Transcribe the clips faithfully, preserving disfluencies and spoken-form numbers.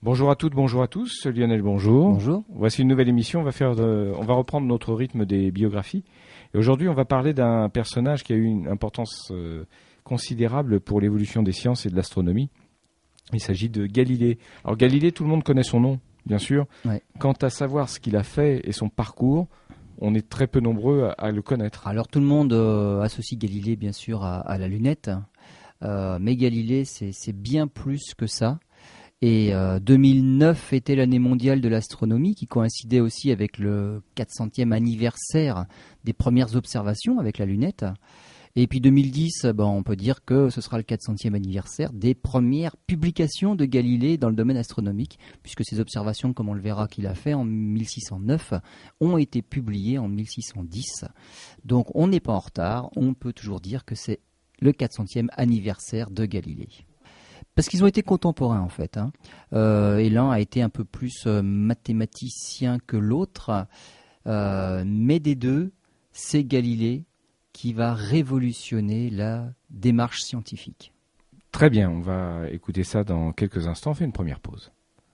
Bonjour à toutes, bonjour à tous. Lionel, bonjour. Bonjour. Voici une nouvelle émission. On va faire, de, on va reprendre notre rythme des biographies. Et aujourd'hui, on va parler d'un personnage qui a eu une importance euh, considérable pour l'évolution des sciences et de l'astronomie. Il s'agit de Galilée. Alors Galilée, tout le monde connaît son nom, bien sûr. Ouais. Quant à savoir ce qu'il a fait et son parcours, on est très peu nombreux à, à le connaître. Alors tout le monde euh, associe Galilée bien sûr à, à la lunette, euh, mais Galilée c'est, c'est bien plus que ça. Et euh, deux mille neuf était l'année mondiale de l'astronomie qui coïncidait aussi avec le quatre centième anniversaire des premières observations avec la lunette. Et puis deux mille dix, ben, on peut dire que ce sera le quatre centième anniversaire des premières publications de Galilée dans le domaine astronomique, puisque ces observations, comme on le verra qu'il a fait en mille six cent neuf, ont été publiées en mille six cent dix. Donc on n'est pas en retard, on peut toujours dire que c'est le quatre centième anniversaire de Galilée. Parce qu'ils ont été contemporains en fait, hein. Euh, et l'un a été un peu plus euh, mathématicien que l'autre, euh, mais des deux, c'est Galilée qui va révolutionner la démarche scientifique. Très bien, on va écouter ça dans quelques instants. On fait une première pause.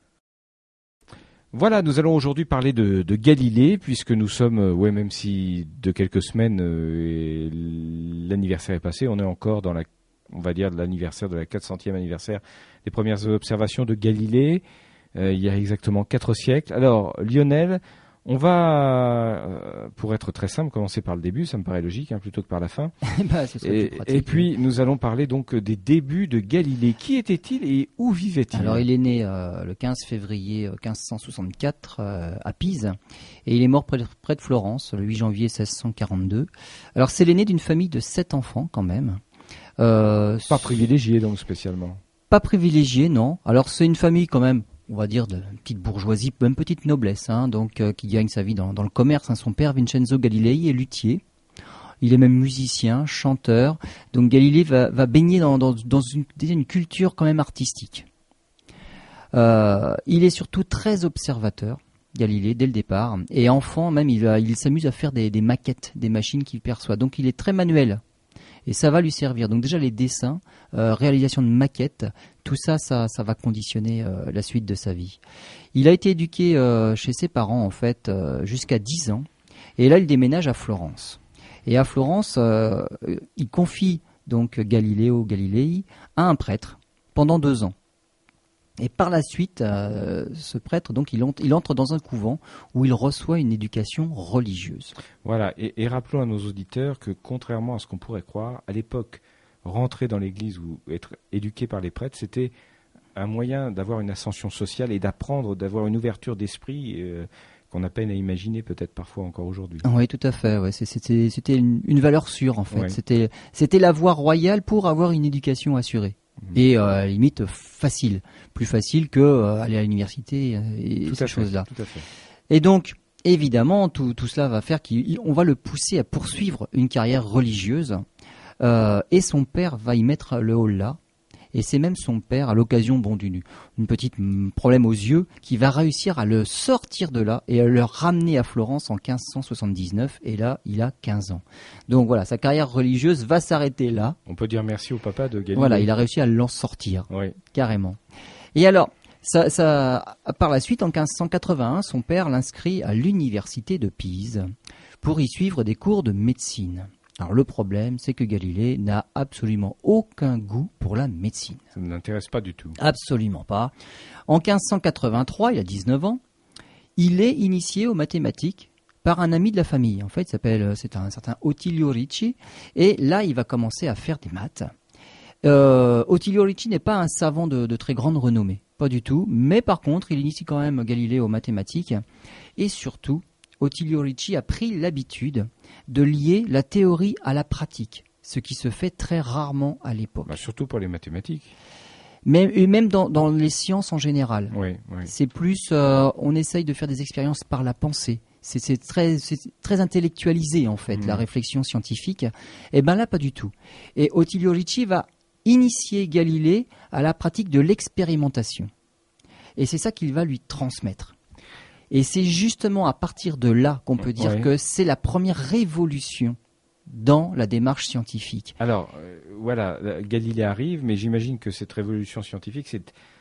Voilà, nous allons aujourd'hui parler de, de Galilée, puisque nous sommes, euh, ouais, même si de quelques semaines euh, l'anniversaire est passé, on est encore dans la, on va dire, de l'anniversaire de la quatre centième anniversaire des premières observations de Galilée, euh, il y a exactement quatre siècles. Alors, Lionel, on va, euh, pour être très simple, commencer par le début, ça me paraît logique, hein, plutôt que par la fin. bah, ce serait et, plus pratique, et puis, oui. Nous allons parler donc des débuts de Galilée. Qui était-il et où vivait-il ? Alors, il est né euh, le quinze février quinze cent soixante-quatre euh, à Pise, et il est mort près de, près de Florence le huit janvier seize cent quarante-deux. Alors, c'est l'aîné d'une famille de sept enfants quand même. Euh, pas privilégié donc spécialement. Pas privilégié, non. Alors, c'est une famille quand même, on va dire, de petite bourgeoisie, même petite noblesse, hein, donc euh, qui gagne sa vie dans, dans le commerce. Hein. Son père, Vincenzo Galilei, est luthier. Il est même musicien, chanteur. Donc Galilée va, va baigner dans, dans, dans une, une culture quand même artistique. Euh, il est surtout très observateur, Galilée, dès le départ. Et enfant, même, il, il s'amuse à faire des, des maquettes, des machines qu'il perçoit. Donc il est très manuel. Et ça va lui servir. Donc déjà les dessins, euh, réalisation de maquettes, tout ça, ça, ça va conditionner euh, la suite de sa vie. Il a été éduqué euh, chez ses parents en fait euh, jusqu'à dix ans. Et là, il déménage à Florence. Et à Florence, euh, il confie donc Galileo Galilei à un prêtre pendant deux ans. Et par la suite, euh, ce prêtre, donc, il, entre, il entre dans un couvent où il reçoit une éducation religieuse. Voilà, et, et rappelons à nos auditeurs que, contrairement à ce qu'on pourrait croire, à l'époque, rentrer dans l'église ou être éduqué par les prêtres, c'était un moyen d'avoir une ascension sociale et d'apprendre, d'avoir une ouverture d'esprit euh, qu'on a peine à imaginer peut-être parfois encore aujourd'hui. Oui, tout à fait. Ouais. C'était, c'était une, une valeur sûre, en fait. Ouais. C'était, c'était la voie royale pour avoir une éducation assurée. Et euh, limite facile, plus facile que euh, aller à l'université et tout ces choses-là. Tout à fait. Et donc, évidemment, tout, tout cela va faire qu'on va le pousser à poursuivre une carrière religieuse. Euh, et son père va y mettre le holà. Et c'est même son père, à l'occasion bon, d'une une petite mm, problème aux yeux, qui va réussir à le sortir de là et à le ramener à Florence en quinze cent soixante-dix-neuf. Et là, il a quinze ans. Donc voilà, sa carrière religieuse va s'arrêter là. On peut dire merci au papa de Galilée. Voilà, il a réussi à l'en sortir, oui. Carrément. Et alors, ça, ça, par la suite, en quinze cent quatre-vingt-un, son père l'inscrit à l'université de Pise pour y suivre des cours de médecine. Alors le problème, c'est que Galilée n'a absolument aucun goût pour la médecine. Ça ne l'intéresse pas du tout. Absolument pas. En quinze cent quatre-vingt-trois, il a dix-neuf ans, il est initié aux mathématiques par un ami de la famille. En fait, il s'appelle, c'est un certain Ottilio Ricci, et là, il va commencer à faire des maths. Euh, Ottilio Ricci n'est pas un savant de, de très grande renommée, pas du tout, mais par contre, il initie quand même Galilée aux mathématiques, et surtout, Ottilio Ricci a pris l'habitude de lier la théorie à la pratique, ce qui se fait très rarement à l'époque. Bah, surtout pour les mathématiques. Mais, et même dans, dans les sciences en général. Oui, oui. C'est plus, euh, on essaye de faire des expériences par la pensée. C'est, c'est, très, c'est très intellectualisé en fait, mmh. la réflexion scientifique. Et bien là, pas du tout. Et Ottilio Ricci va initier Galilée à la pratique de l'expérimentation. Et c'est ça qu'il va lui transmettre. Et c'est justement à partir de là qu'on peut dire ouais. que c'est la première révolution dans la démarche scientifique. Alors, euh, voilà, Galilée arrive, mais j'imagine que cette révolution scientifique, c'est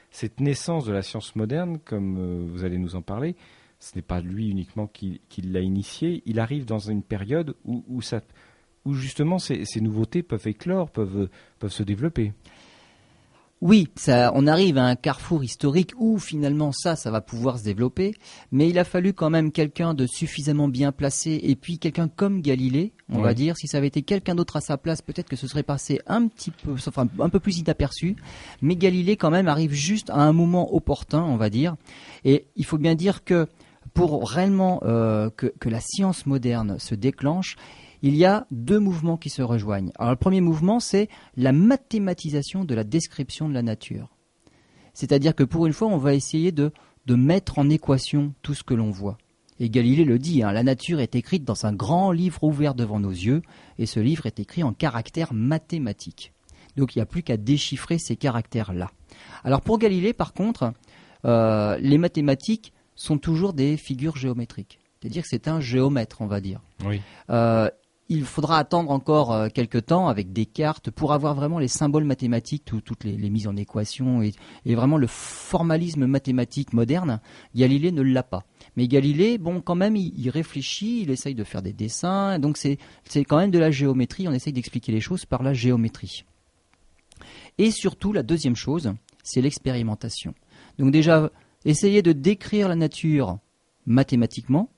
cette naissance de la science moderne, comme euh, vous allez nous en parler, ce n'est pas lui uniquement qui, qui l'a initié. Il arrive dans une période où, où, ça, où justement ces, ces nouveautés peuvent éclore, peuvent, peuvent se développer. Oui, ça, on arrive à un carrefour historique où finalement ça, ça va pouvoir se développer, mais il a fallu quand même quelqu'un de suffisamment bien placé et puis quelqu'un comme Galilée, on Ouais. va dire. Si ça avait été quelqu'un d'autre à sa place, peut-être que ce serait passé un petit peu, enfin un peu plus inaperçu. Mais Galilée quand même arrive juste à un moment opportun, on va dire. Et il faut bien dire que pour réellement euh, que, que la science moderne se déclenche, il y a deux mouvements qui se rejoignent. Alors le premier mouvement, c'est la mathématisation de la description de la nature. C'est-à-dire que pour une fois, on va essayer de, de mettre en équation tout ce que l'on voit. Et Galilée le dit, hein, la nature est écrite dans un grand livre ouvert devant nos yeux, et ce livre est écrit en caractères mathématiques. Donc il n'y a plus qu'à déchiffrer ces caractères-là. Alors pour Galilée, par contre, euh, les mathématiques sont toujours des figures géométriques. C'est-à-dire que c'est un géomètre, on va dire. Oui. Euh, il faudra attendre encore euh, quelques temps avec des cartes pour avoir vraiment les symboles mathématiques, tout, toutes les, les mises en équation et, et vraiment le formalisme mathématique moderne. Galilée ne l'a pas. Mais Galilée, bon, quand même, il, il réfléchit, il essaye de faire des dessins. Donc c'est, c'est quand même de la géométrie. On essaye d'expliquer les choses par la géométrie. Et surtout, la deuxième chose, c'est l'expérimentation. Donc déjà, essayer de décrire la nature mathématiquement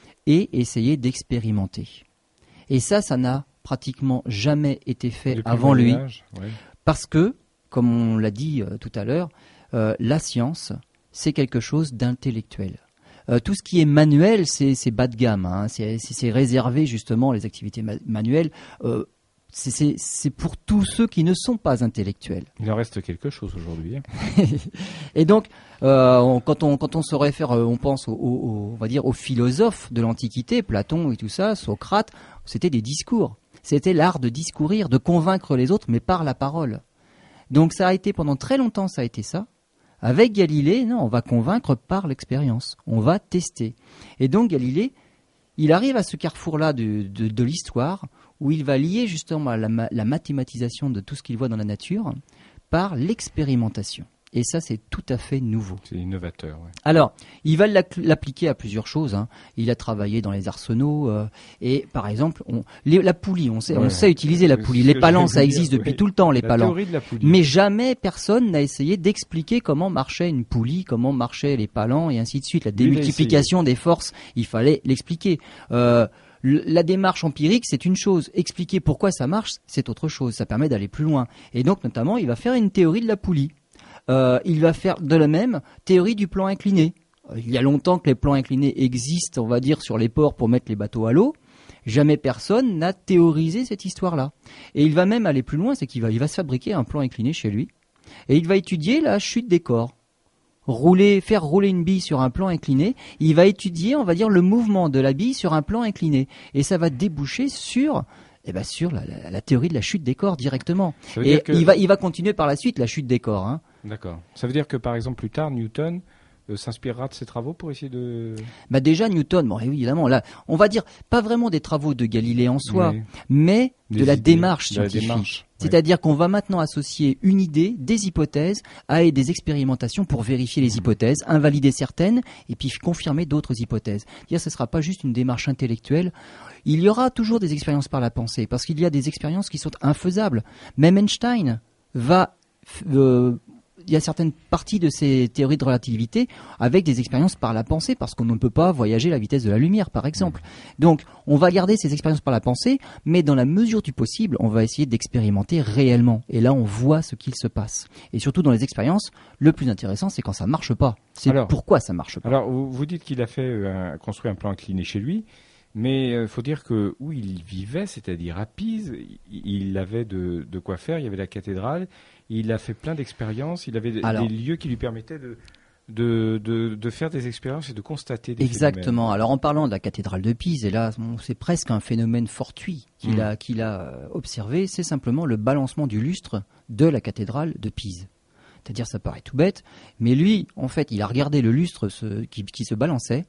et essayer d'expérimenter. Et ça, ça n'a pratiquement jamais été fait Depuis avant le lui, Moyen Âge, ouais. parce que, comme on l'a dit euh, tout à l'heure, euh, la science, c'est quelque chose d'intellectuel. Euh, tout ce qui est manuel, c'est, c'est bas de gamme, hein, c'est, c'est, c'est réservé justement, les activités ma- manuelles, euh, c'est, c'est, c'est pour tous ceux qui ne sont pas intellectuels. Il en reste quelque chose aujourd'hui. Hein. Et donc, euh, on, quand, on, quand on se réfère, euh, on pense aux, aux, on va dire aux philosophes de l'Antiquité, Platon et tout ça, Socrate, c'était des discours. C'était l'art de discourir, de convaincre les autres, mais par la parole. Donc ça a été, pendant très longtemps, ça a été ça. Avec Galilée, non, on va convaincre par l'expérience. On va tester. Et donc Galilée, il arrive à ce carrefour-là de, de, de l'histoire, où il va lier justement la, la mathématisation de tout ce qu'il voit dans la nature par l'expérimentation. Et ça, c'est tout à fait nouveau. C'est innovateur. Ouais. Alors, il va l'appliquer à plusieurs choses. Hein. Il a travaillé dans les arsenaux. Euh, et par exemple, on, les, la poulie, on sait, Ouais. on sait utiliser la poulie. Les palans, ça existe dire, depuis oui. tout le temps, les La palans. théorie de la poulie. Mais jamais personne n'a essayé d'expliquer comment marchait une poulie, comment marchaient les palans et ainsi de suite. La Lui, il a démultiplication des forces, il fallait l'expliquer. Euh, la démarche empirique, c'est une chose. Expliquer pourquoi ça marche, c'est autre chose. Ça permet d'aller plus loin. Et donc, notamment, il va faire une théorie de la poulie. Euh, il va faire de la même théorie du plan incliné. Il y a longtemps que les plans inclinés existent, on va dire, sur les ports pour mettre les bateaux à l'eau. Jamais personne n'a théorisé cette histoire-là. Et il va même aller plus loin, c'est qu'il va, il va se fabriquer un plan incliné chez lui. Et il va étudier la chute des corps. Rouler, faire rouler une bille sur un plan incliné, il va étudier, on va dire, le mouvement de la bille sur un plan incliné. Et ça va déboucher sur, eh ben, sur la, la, la théorie de la chute des corps directement. Ça veut Et dire que... il va, il va continuer par la suite la chute des corps, hein. D'accord. Ça veut dire que par exemple plus tard, Newton euh, s'inspirera de ses travaux pour essayer de... Bah déjà Newton, bon évidemment, là, on va dire pas vraiment des travaux de Galilée en soi, Oui. mais Des de la idées, démarche de la scientifique. démarche, ouais. C'est-à-dire qu'on va maintenant associer une idée, des hypothèses, à des expérimentations pour vérifier les hypothèses, invalider certaines, et puis confirmer d'autres hypothèses. C'est-à-dire, ce ne sera pas juste une démarche intellectuelle. Il y aura toujours des expériences par la pensée, parce qu'il y a des expériences qui sont infaisables. Même Einstein va... Euh, il y a certaines parties de ces théories de relativité avec des expériences par la pensée, parce qu'on ne peut pas voyager à la vitesse de la lumière, par exemple. Donc, on va garder ces expériences par la pensée, mais dans la mesure du possible, on va essayer d'expérimenter réellement. Et là, on voit ce qu'il se passe. Et surtout dans les expériences, le plus intéressant, c'est quand ça marche pas. C'est Alors, pourquoi ça marche pas. Alors, vous, vous dites qu'il a fait euh, un, construit un plan incliné chez lui, mais il euh, faut dire que où il vivait, c'est-à-dire à Pise, il, il avait de, de quoi faire. Il y avait la cathédrale. Il a fait plein d'expériences. Il avait des, Alors, des lieux qui lui permettaient de, de, de, de faire des expériences et de constater des exactement. phénomènes. Alors en parlant de la cathédrale de Pise, et là bon, c'est presque un phénomène fortuit qu'il Mmh. a, qu'il a euh, observé, c'est simplement le balancement du lustre de la cathédrale de Pise. C'est-à-dire, ça paraît tout bête, mais lui, en fait, il a regardé le lustre se, qui, qui se balançait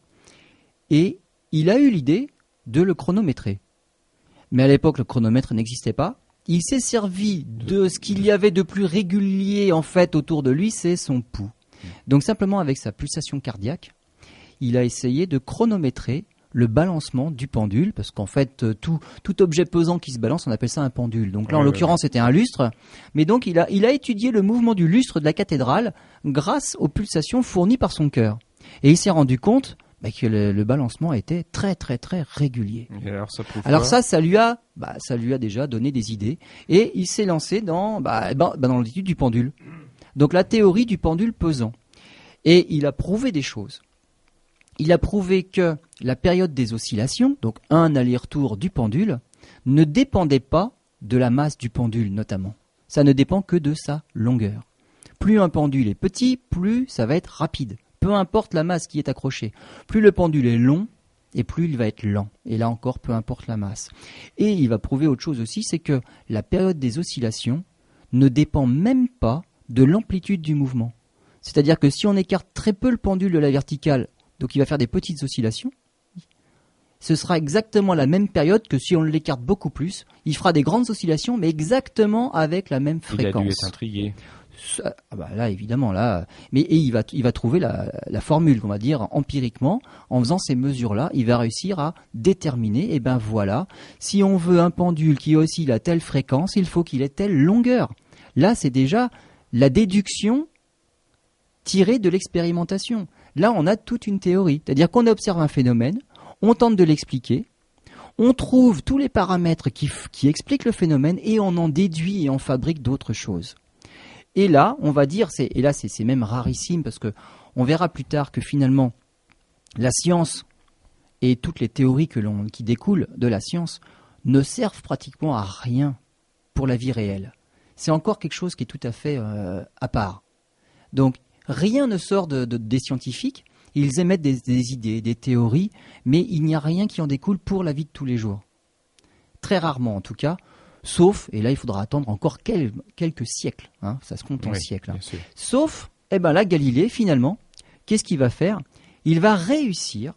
et il a eu l'idée de le chronométrer. Mais à l'époque, le chronomètre n'existait pas. il s'est servi de ce qu'il y avait de plus régulier en fait autour de lui, c'est son pouls. Donc simplement avec sa pulsation cardiaque, il a essayé de chronométrer le balancement du pendule, parce qu'en fait tout, tout objet pesant qui se balance, on appelle ça un pendule. Donc là en ouais, l'occurrence ouais. c'était un lustre, mais donc il a, il a étudié le mouvement du lustre de la cathédrale grâce aux pulsations fournies par son cœur. Et il s'est rendu compte bah, que le, le balancement était très très très régulier. Et alors ça, alors ça, ça lui a, bah, ça lui a déjà donné des idées, et il s'est lancé dans, bah, bah, bah, dans l'étude du pendule. Donc la théorie du pendule pesant. Et il a prouvé des choses. Il a prouvé que la période des oscillations, donc un aller-retour du pendule, ne dépendait pas de la masse du pendule notamment. Ça ne dépend que de sa longueur. Plus un pendule est petit, plus ça va être rapide. Peu importe la masse qui est accrochée. Plus le pendule est long, et plus il va être lent. Et là encore, peu importe la masse. Et il va prouver autre chose aussi, c'est que la période des oscillations ne dépend même pas de l'amplitude du mouvement. C'est-à-dire que si on écarte très peu le pendule de la verticale, donc il va faire des petites oscillations, ce sera exactement la même période que si on l'écarte beaucoup plus. Il fera des grandes oscillations, mais exactement avec la même fréquence. Il a dû être intrigué. Ah bah là évidemment là, mais et il va il va trouver la, la formule qu'on va dire empiriquement en faisant ces mesures là, il va réussir à déterminer. Et ben voilà, si on veut un pendule qui oscille à telle fréquence, il faut qu'il ait telle longueur. Là c'est déjà la déduction tirée de l'expérimentation. Là on a toute une théorie, c'est-à-dire qu'on observe un phénomène, on tente de l'expliquer, on trouve tous les paramètres qui qui expliquent le phénomène et on en déduit et on fabrique d'autres choses. Et là, on va dire, c'est, et là c'est, c'est même rarissime parce que on verra plus tard que finalement la science et toutes les théories que l'on, qui découlent de la science ne servent pratiquement à rien pour la vie réelle. C'est encore quelque chose qui est tout à fait euh, à part. Donc rien ne sort de, de, des scientifiques, ils émettent des, des idées, des théories, mais il n'y a rien qui en découle pour la vie de tous les jours. Très rarement en tout cas. Sauf, et là il faudra attendre encore quel, quelques siècles, hein, ça se compte en oui, siècles. Hein. Sauf, eh ben là Galilée finalement, qu'est-ce qu'il va faire ? Il va réussir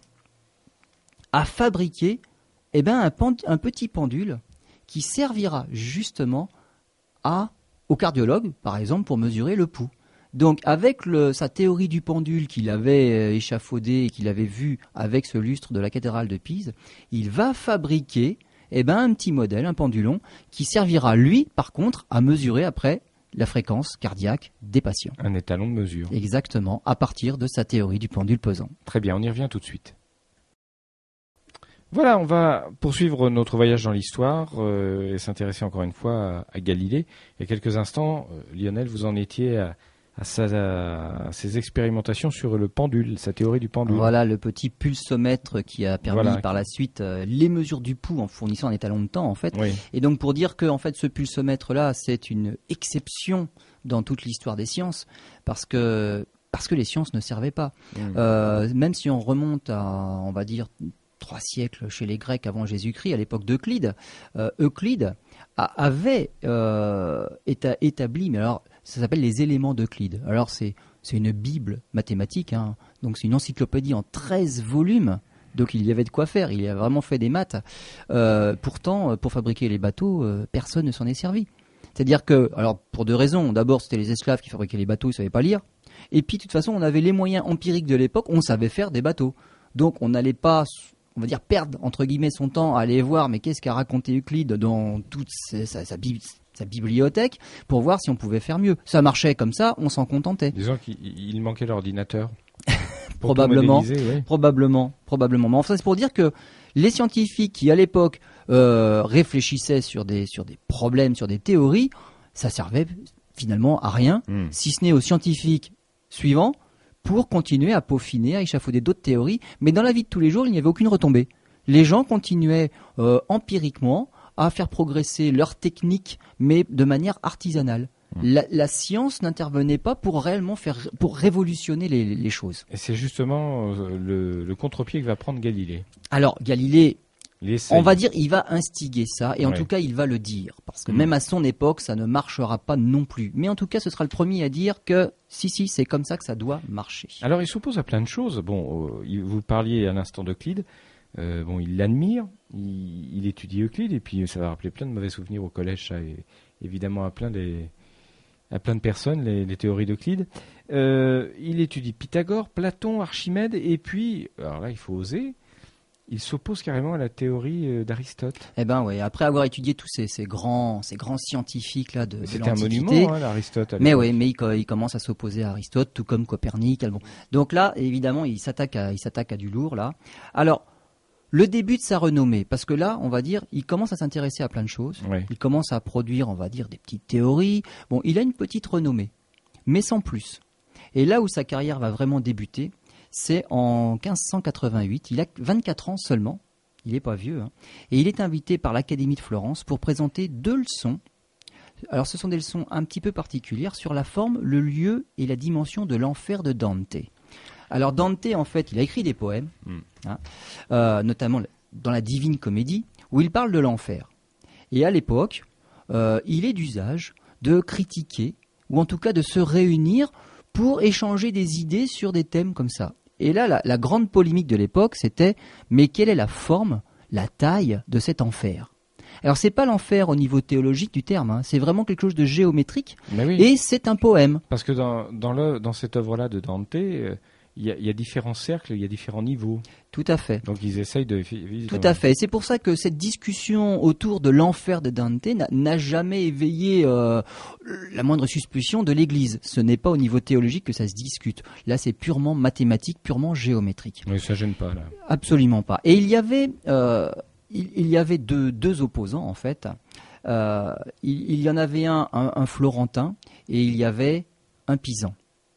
à fabriquer eh ben, un, pend, un petit pendule qui servira justement à, au cardiologue, par exemple, pour mesurer le pouls. Donc avec le, sa théorie du pendule qu'il avait échafaudée et qu'il avait vue avec ce lustre de la cathédrale de Pise, il va fabriquer eh ben, un petit modèle, un pendulon, qui servira, lui, par contre, à mesurer après la fréquence cardiaque des patients. Un étalon de mesure. Exactement, à partir de sa théorie du pendule pesant. Très bien, on y revient tout de suite. Voilà, on va poursuivre notre voyage dans l'histoire euh, et s'intéresser encore une fois à, à Galilée. Il y a quelques instants, euh, Lionel, vous en étiez à, à, sa, à ses expérimentations sur le pendule, sa théorie du pendule. Voilà, le petit pulsomètre qui a permis voilà. par la suite euh, les mesures du pouls en fournissant un étalon de temps, en fait. Oui. Et donc pour dire que en fait, ce pulsomètre-là, c'est une exception dans toute l'histoire des sciences, parce que, parce que les sciences ne servaient pas. Mmh. Euh, même si on remonte à, on va dire, trois siècles chez les Grecs avant Jésus-Christ, à l'époque d'Euclide, euh, Euclide a, avait euh, éta, établi, mais alors ça s'appelle les éléments d'Euclide. Alors c'est, c'est une bible mathématique, hein, donc c'est une encyclopédie en treize volumes, donc il y avait de quoi faire, il a vraiment fait des maths. Euh, pourtant, pour fabriquer les bateaux, euh, personne ne s'en est servi. C'est-à-dire que, alors pour deux raisons, d'abord c'était les esclaves qui fabriquaient les bateaux, ils ne savaient pas lire, et puis de toute façon on avait les moyens empiriques de l'époque, on savait faire des bateaux. Donc on n'allait pas, on va dire, perdre entre guillemets son temps à aller voir mais qu'est-ce qu'a raconté Euclide dans toute sa, sa, sa, bib- sa bibliothèque pour voir si on pouvait faire mieux. Ça marchait comme ça, on s'en contentait. Disons qu'il manquait l'ordinateur. Probablement, oui. probablement, probablement. Mais enfin c'est pour dire que les scientifiques qui à l'époque euh, réfléchissaient sur des sur des problèmes, sur des théories, ça servait finalement à rien, mmh. si ce n'est aux scientifiques suivants pour continuer à peaufiner, à échafauder d'autres théories. Mais dans la vie de tous les jours, il n'y avait aucune retombée. Les gens continuaient euh, empiriquement à faire progresser leurs techniques, mais de manière artisanale. Mmh. La, la science n'intervenait pas pour réellement faire, pour révolutionner les, les choses. Et c'est justement euh, le, le contre-pied que va prendre Galilée. Alors Galilée, on va dire, il va instiguer ça, et en ouais. tout cas, il va le dire, parce que mmh. même à son époque, ça ne marchera pas non plus. Mais en tout cas, ce sera le premier à dire que si, si, c'est comme ça que ça doit marcher. Alors, il s'oppose à plein de choses. Bon, euh, vous parliez à l'instant d'Euclide. Euh, bon, il l'admire, il, il étudie Euclide, et puis ça va rappeler plein de mauvais souvenirs au collège, ça, et, évidemment à plein des, à plein de personnes, les, les théories d'Euclide. Euh, il étudie Pythagore, Platon, Archimède, et puis, alors là, il faut oser, il s'oppose carrément à la théorie d'Aristote. Eh ben ouais, après avoir étudié tous ces, ces grands, ces grands scientifiques là de, de C'était un l'Antiquité, monument, hein, l'Aristote. Mais oui, mais il, il commence à s'opposer à Aristote, tout comme Copernic. Bon. Donc là, évidemment, il s'attaque à, il s'attaque à du lourd là. Alors, le début de sa renommée, parce que là, on va dire, il commence à s'intéresser à plein de choses. Ouais. Il commence à produire, on va dire, des petites théories. Bon, il a une petite renommée, mais sans plus. Et là où sa carrière va vraiment débuter, c'est en quinze cent quatre-vingt-huit. Il a vingt-quatre ans seulement. Il n'est pas vieux. Hein. Et il est invité par l'Académie de Florence pour présenter deux leçons. Alors, ce sont des leçons un petit peu particulières sur la forme, le lieu et la dimension de l'enfer de Dante. Alors, Dante, en fait, il a écrit des poèmes, mm. hein, euh, notamment dans la Divine Comédie, où il parle de l'enfer. Et à l'époque, euh, il est d'usage de critiquer, ou en tout cas de se réunir pour échanger des idées sur des thèmes comme ça. Et là, la, la grande polémique de l'époque, c'était « Mais quelle est la forme, la taille de cet enfer ?» Alors, c'est pas l'enfer au niveau théologique du terme, hein, c'est vraiment quelque chose de géométrique, oui. Et c'est un poème. Parce que dans, dans, le, dans cette œuvre-là de Dante, il euh, y, y a différents cercles, il y a différents niveaux. Tout à fait. Donc, ils essayent de... Tout à fait. C'est pour ça que cette discussion autour de l'enfer de Dante n'a jamais éveillé euh, la moindre suspicion de l'Église. Ce n'est pas au niveau théologique que ça se discute. Là, c'est purement mathématique, purement géométrique. Oui, ça gêne pas, là. Absolument pas. Et il y avait... Euh, Il, il y avait deux, deux opposants, en fait. Euh, il, il y en avait un, un, un Florentin, et il y avait un Pisan.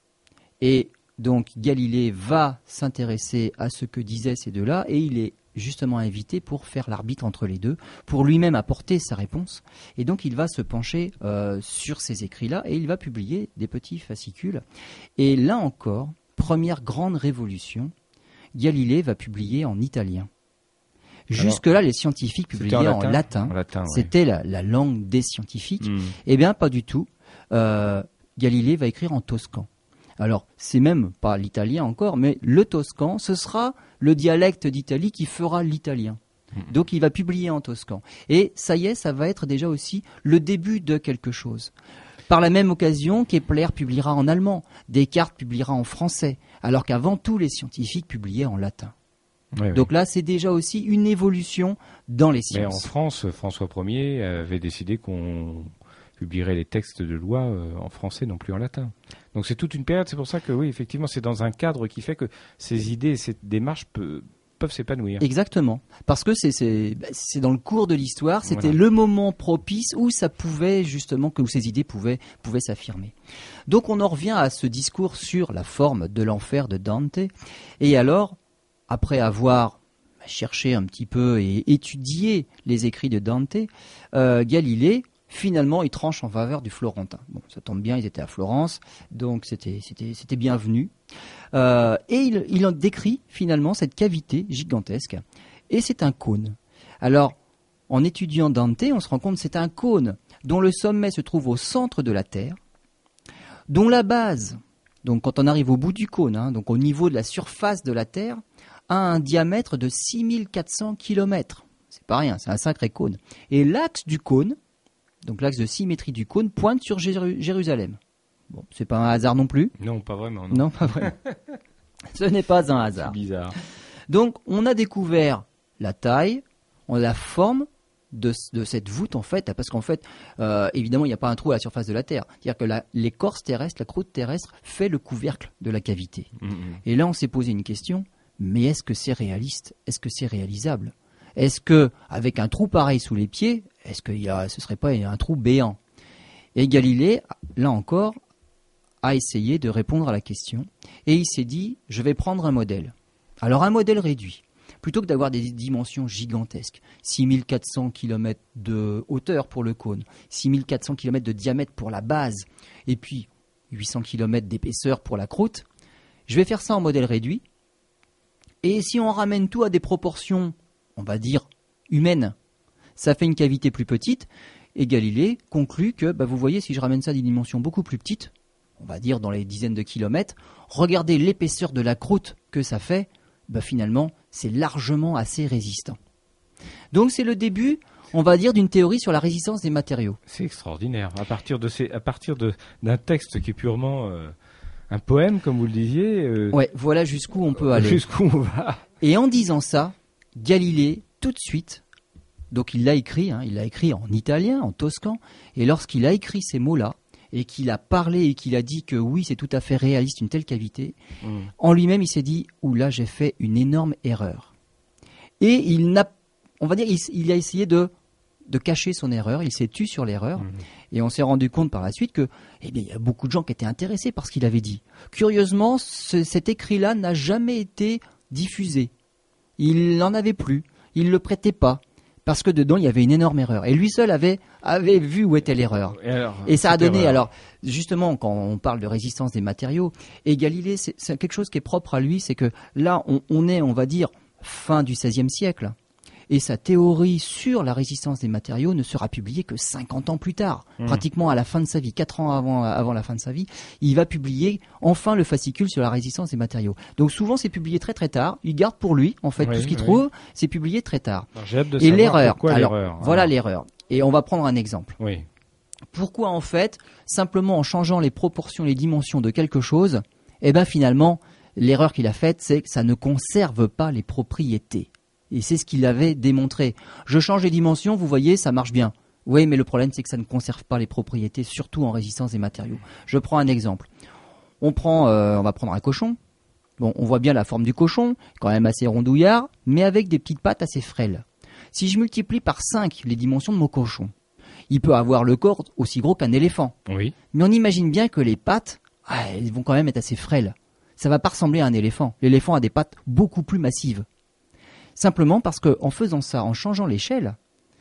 Et donc, Galilée va s'intéresser à ce que disaient ces deux-là, et il est justement invité pour faire l'arbitre entre les deux, pour lui-même apporter sa réponse. Et donc, il va se pencher euh, sur ces écrits-là, et il va publier des petits fascicules. Et là encore, première grande révolution, Galilée va publier en italien. Jusque-là, les scientifiques publiaient en latin. En latin. En latin ouais. C'était la, la langue des scientifiques. Mm. Eh bien, pas du tout. Euh, Galilée va écrire en toscan. Alors, c'est même pas l'italien encore, mais le toscan, ce sera le dialecte d'Italie qui fera l'italien. Mm. Donc, il va publier en toscan. Et ça y est, ça va être déjà aussi le début de quelque chose. Par la même occasion, Kepler publiera en allemand, Descartes publiera en français, alors qu'avant, tous les scientifiques publiaient en latin. Oui, Donc oui. là, c'est déjà aussi une évolution dans les sciences. Mais en France, François Ier avait décidé qu'on publierait les textes de loi en français, non plus en latin. Donc c'est toute une période, c'est pour ça que oui, effectivement, c'est dans un cadre qui fait que ces idées et cette démarche peut, peuvent s'épanouir. Exactement, parce que c'est, c'est, c'est dans le cours de l'histoire, c'était voilà. le moment propice où ça pouvait justement, que où ces idées pouvaient, pouvaient s'affirmer. Donc on en revient à ce discours sur la forme de l'enfer de Dante, et alors, après avoir cherché un petit peu et étudié les écrits de Dante, euh, Galilée, finalement, il tranche en faveur du Florentin. Bon, ça tombe bien, ils étaient à Florence, donc c'était, c'était, c'était bienvenu. Euh, et il, il en décrit finalement cette cavité gigantesque, et c'est un cône. Alors, en étudiant Dante, on se rend compte que c'est un cône dont le sommet se trouve au centre de la Terre, dont la base, donc quand on arrive au bout du cône, hein, donc au niveau de la surface de la Terre, a un diamètre de six mille quatre cents kilomètres. C'est pas rien, c'est un sacré cône. Et l'axe du cône, donc l'axe de symétrie du cône, pointe sur Jéru- Jérusalem. Bon, c'est pas un hasard non plus. Non, pas vraiment. Non, non pas vraiment. Ce n'est pas un hasard. C'est bizarre. Donc, on a découvert la taille, on a la forme de, de cette voûte, en fait, parce qu'en fait, euh, évidemment, il n'y a pas un trou à la surface de la Terre. C'est-à-dire que la, l'écorce terrestre, la croûte terrestre, fait le couvercle de la cavité. Mmh. Et là, on s'est posé une question. Mais est-ce que c'est réaliste ? Est-ce que c'est réalisable ? Est-ce que, avec un trou pareil sous les pieds, est-ce que y a, ce serait pas un trou béant ? Et Galilée, là encore, a essayé de répondre à la question. Et il s'est dit, je vais prendre un modèle. Alors un modèle réduit. Plutôt que d'avoir des dimensions gigantesques, six mille quatre cents kilomètres de hauteur pour le cône, six mille quatre cents kilomètres de diamètre pour la base, et puis huit cents kilomètres d'épaisseur pour la croûte, je vais faire ça en modèle réduit. Et si on ramène tout à des proportions, on va dire, humaines, ça fait une cavité plus petite. Et Galilée conclut que, bah vous voyez, si je ramène ça à des dimensions beaucoup plus petites, on va dire dans les dizaines de kilomètres, regardez l'épaisseur de la croûte que ça fait, bah finalement, c'est largement assez résistant. Donc c'est le début, on va dire, d'une théorie sur la résistance des matériaux. C'est extraordinaire. À partir de ces, à partir de d'un texte qui est purement euh, un poème, comme vous le disiez. Euh, ouais, voilà jusqu'où on peut aller. Jusqu'où on va. Et en disant ça, Galilée, tout de suite, donc il l'a écrit, hein, il l'a écrit en italien, en toscan, et lorsqu'il a écrit ces mots-là, et qu'il a parlé et qu'il a dit que oui, c'est tout à fait réaliste, une telle cavité, mmh. en lui-même, il s'est dit, ouh là, j'ai fait une énorme erreur. Et il n'a, on va dire, il, il a essayé de, de cacher son erreur, il s'est tu sur l'erreur, mmh. et on s'est rendu compte par la suite que, eh bien, il y a beaucoup de gens qui étaient intéressés par ce qu'il avait dit. Curieusement, ce, cet écrit-là n'a jamais été diffusé. Il n'en avait plus, il ne le prêtait pas. Parce que dedans, il y avait une énorme erreur. Et lui seul avait, avait vu où était l'erreur. Et, alors, et ça a donné, erreur. alors, justement, quand on parle de résistance des matériaux, et Galilée, c'est, c'est quelque chose qui est propre à lui, c'est que là, on, on est, on va dire, fin du seizième siècle. Et sa théorie sur la résistance des matériaux ne sera publiée que cinquante ans plus tard, mmh. pratiquement à la fin de sa vie, quatre ans avant, avant la fin de sa vie, il va publier enfin le fascicule sur la résistance des matériaux. Donc souvent c'est publié très très tard, il garde pour lui, en fait, oui, tout ce qu'il oui. trouve, c'est publié très tard. Alors, j'ai hâte de Et savoir l'erreur, pourquoi alors, l'erreur. Voilà alors. l'erreur. Et on va prendre un exemple. Oui. Pourquoi en fait, simplement en changeant les proportions, les dimensions de quelque chose, eh ben finalement, l'erreur qu'il a faite, c'est que ça ne conserve pas les propriétés. Et c'est ce qu'il avait démontré. Je change les dimensions, vous voyez, ça marche bien. Oui, mais le problème, c'est que ça ne conserve pas les propriétés, surtout en résistance des matériaux. Je prends un exemple. On prend, euh, on va prendre un cochon. Bon, on voit bien la forme du cochon, quand même assez rondouillard, mais avec des petites pattes assez frêles. Si je multiplie par cinq les dimensions de mon cochon, il peut avoir le corps aussi gros qu'un éléphant. Oui. Mais on imagine bien que les pattes, ah, elles vont quand même être assez frêles. Ça va pas ressembler à un éléphant. L'éléphant a des pattes beaucoup plus massives. Simplement parce qu'en faisant ça, en changeant l'échelle,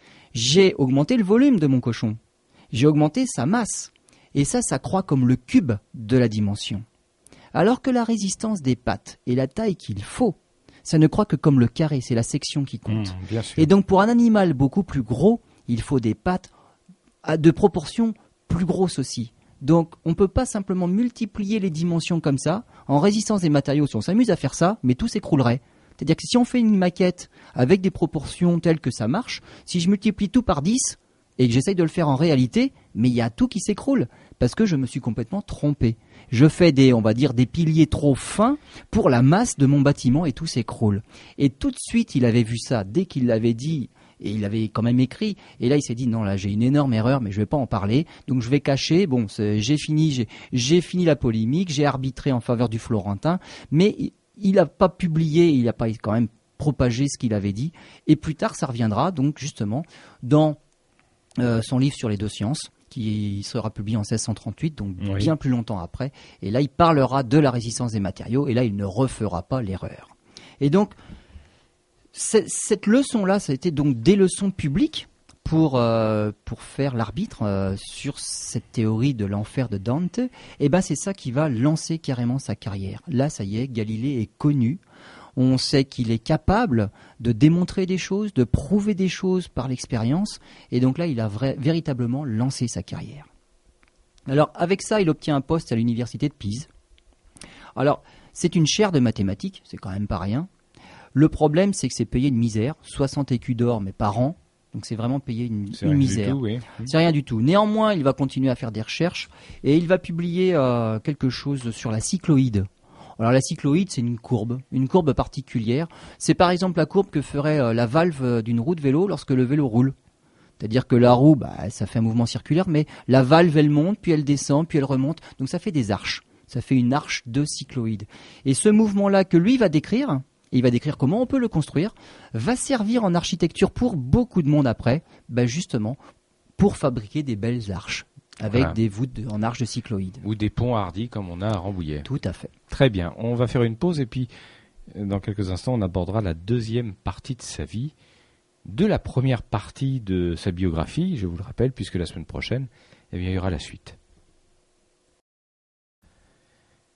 j'ai augmenté le volume de mon cochon. J'ai augmenté sa masse. Et ça, ça croît comme le cube de la dimension. Alors que la résistance des pattes et la taille qu'il faut, ça ne croît que comme le carré, c'est la section qui compte. Mmh, bien sûr. Et donc pour un animal beaucoup plus gros, il faut des pattes de proportions plus grosses aussi. Donc on ne peut pas simplement multiplier les dimensions comme ça. En résistance des matériaux, si on s'amuse à faire ça, mais tout s'écroulerait. C'est-à-dire que si on fait une maquette avec des proportions telles que ça marche, si je multiplie tout par dix et que j'essaye de le faire en réalité, mais il y a tout qui s'écroule parce que je me suis complètement trompé. Je fais des, on va dire, des piliers trop fins pour la masse de mon bâtiment et tout s'écroule. Et tout de suite, il avait vu ça dès qu'il l'avait dit et il avait quand même écrit. Et là, il s'est dit non, là, j'ai une énorme erreur, mais je vais pas en parler. Donc, je vais cacher. Bon, c'est, j'ai fini, j'ai, j'ai fini la polémique, j'ai arbitré en faveur du Florentin, mais il n'a pas publié, il n'a pas quand même propagé ce qu'il avait dit. Et plus tard, ça reviendra donc justement dans euh, son livre sur les deux sciences, qui sera publié en seize cent trente-huit, donc oui. bien plus longtemps après. Et là, il parlera de la résistance des matériaux, et là, il ne refera pas l'erreur. Et donc, c- cette leçon-là, ça a été donc des leçons publiques pour, euh, pour faire l'arbitre euh, sur cette théorie de l'enfer de Dante. Et ben, c'est ça qui va lancer carrément sa carrière. Là, ça y est, Galilée est connu. On sait qu'il est capable de démontrer des choses, de prouver des choses par l'expérience. Et donc là, il a vrai, véritablement lancé sa carrière. Alors, avec ça, il obtient un poste à l'université de Pise. Alors, c'est une chaire de mathématiques, c'est quand même pas rien. Le problème, c'est que c'est payé une misère, soixante écus d'or, mais par an. Donc c'est vraiment payé une, c'est une rien misère. Du tout, oui. C'est rien du tout. Néanmoins, il va continuer à faire des recherches et il va publier euh, quelque chose sur la cycloïde. Alors la cycloïde, c'est une courbe, une courbe particulière. C'est par exemple la courbe que ferait euh, la valve d'une roue de vélo lorsque le vélo roule. C'est-à-dire que la roue, bah, ça fait un mouvement circulaire, mais la valve, elle monte, puis elle descend, puis elle remonte. Donc ça fait des arches. Ça fait une arche de cycloïde. Et ce mouvement-là que lui va décrire, et il va décrire comment on peut le construire, va servir en architecture pour beaucoup de monde après, bah justement pour fabriquer des belles arches avec voilà. des voûtes de, en arche de cycloïde. Ou des ponts hardis comme on a à Rambouillet. Tout à fait. Très bien, on va faire une pause et puis dans quelques instants on abordera la deuxième partie de sa vie, de la première partie de sa biographie, je vous le rappelle, puisque la semaine prochaine, eh bien, il y aura la suite.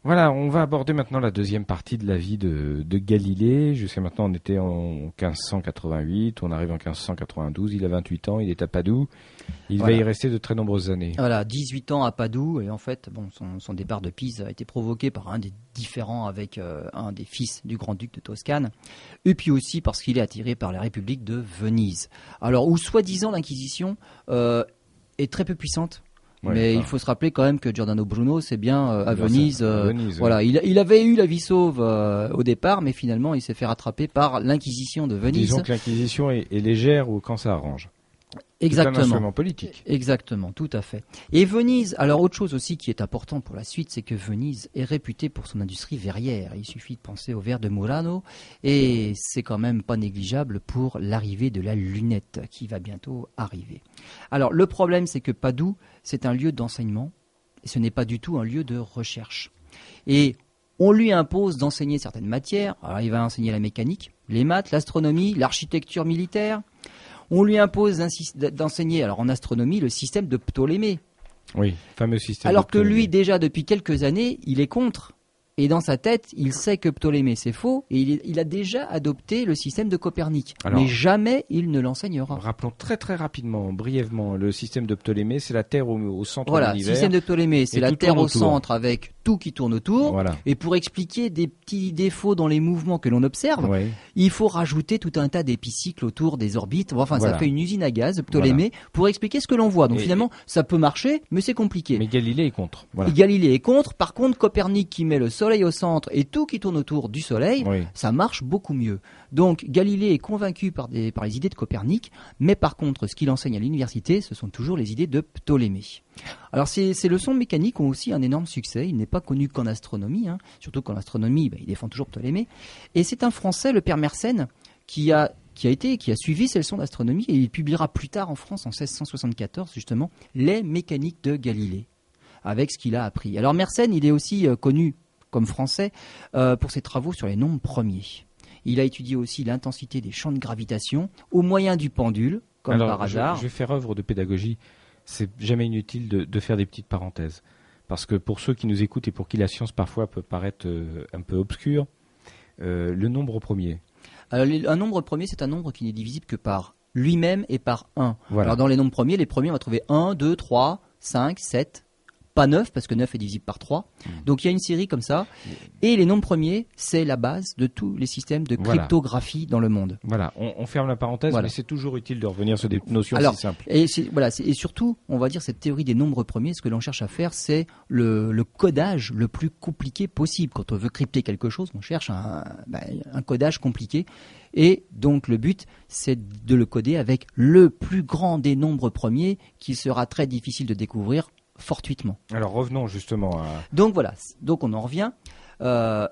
Voilà, on va aborder maintenant la deuxième partie de la vie de, de Galilée. Jusqu'à maintenant, on était en quinze cent quatre-vingt-huit, on arrive en quinze cent quatre-vingt-douze, il a vingt-huit ans, il est à Padoue. Il Voilà. va y rester de très nombreuses années. Voilà, dix-huit ans à Padoue, et en fait, bon, son, son départ de Pise a été provoqué par un des différends avec euh, un des fils du grand-duc de Toscane, et puis aussi parce qu'il est attiré par la République de Venise. Alors, où soi-disant l'Inquisition euh, est très peu puissante. Ouais, mais enfin, il faut se rappeler quand même que Giordano Bruno, c'est bien euh, à bien Venise. ça, à euh, Venise, voilà, ouais. il, il avait eu la vie sauve euh, au départ, mais finalement, il s'est fait rattraper par l'Inquisition de Venise. Disons que l'Inquisition est, est légère ou quand ça arrange. Exactement. C'est un instrument politique. Exactement, tout à fait. Et Venise, alors autre chose aussi qui est important pour la suite, c'est que Venise est réputée pour son industrie verrière. Il suffit de penser au verre de Murano, et c'est quand même pas négligeable pour l'arrivée de la lunette qui va bientôt arriver. Alors le problème, c'est que Padoue, c'est un lieu d'enseignement, et ce n'est pas du tout un lieu de recherche. Et on lui impose d'enseigner certaines matières. Alors il va enseigner la mécanique, les maths, l'astronomie, l'architecture militaire. On lui impose d'enseigner, alors en astronomie, le système de Ptolémée. Oui, fameux système. Alors de que Ptolémée. lui, déjà depuis quelques années, il est contre. Et dans sa tête, il sait que Ptolémée c'est faux, et il, est- il a déjà adopté le système de Copernic. Alors- Mais jamais il ne l'enseignera. Rappelons très très rapidement, brièvement, le système de Ptolémée, c'est la Terre au, au centre Voilà, de l'univers. système de Ptolémée, c'est Et la tout Terre tourne au autour. centre avec tout qui tourne autour. Voilà. Et pour expliquer des petits défauts dans les mouvements que l'on observe, Ouais. il faut rajouter tout un tas d'épicycles autour des orbites. Enfin, Voilà. ça fait une usine à gaz, Ptolémée, pour expliquer ce que l'on voit. Donc Et- finalement, ça peut marcher, mais c'est compliqué. Mais Galilée est contre. Voilà. Et Galilée est contre. Par contre, Copernic qui met le Soleil au centre et tout qui tourne autour du Soleil, Oui. ça marche beaucoup mieux. Donc Galilée est convaincu par, des, par les idées de Copernic, mais par contre, ce qu'il enseigne à l'université, ce sont toujours les idées de Ptolémée. Alors ces, ces leçons de mécanique ont aussi un énorme succès. Il n'est pas connu qu'en astronomie, hein. Surtout qu'en astronomie, bah, il défend toujours Ptolémée. Et c'est un Français, le père Mersenne, qui a qui a été qui a suivi ces leçons d'astronomie, et il publiera plus tard en France, en seize cent soixante-quatorze justement, les mécaniques de Galilée, avec ce qu'il a appris. Alors Mersenne, il est aussi euh, connu comme français euh, pour ses travaux sur les nombres premiers. Il a étudié aussi l'intensité des champs de gravitation au moyen du pendule, comme Alors, par je- hasard. Je, vais faire œuvre de pédagogie. C'est jamais inutile de, de faire des petites parenthèses. Parce que pour ceux qui nous écoutent et pour qui la science parfois peut paraître euh, un peu obscure, euh, le nombre premier. Alors, les- un nombre premier, c'est un nombre qui n'est divisible que par lui-même et par un. Voilà. Alors dans les nombres premiers, les premiers, on va trouver un, deux, trois, cinq, sept, pas neuf, parce que neuf est divisible par trois. Mmh. Donc il y a une série comme ça. Et les nombres premiers, c'est la base de tous les systèmes de Voilà. cryptographie dans le monde. Voilà, on, on ferme la parenthèse, Voilà. mais c'est toujours utile de revenir sur des notions Alors, si simples. Et, c'est- voilà, c'est- et surtout, on va dire, cette théorie des nombres premiers, ce que l'on cherche à faire, c'est le, le codage le plus compliqué possible. Quand on veut crypter quelque chose, on cherche un, ben, un codage compliqué. Et donc, le but, c'est de le coder avec le plus grand des nombres premiers, qui sera très difficile de découvrir fortuitement. Alors revenons justement à... Donc voilà, donc on en revient. Euh,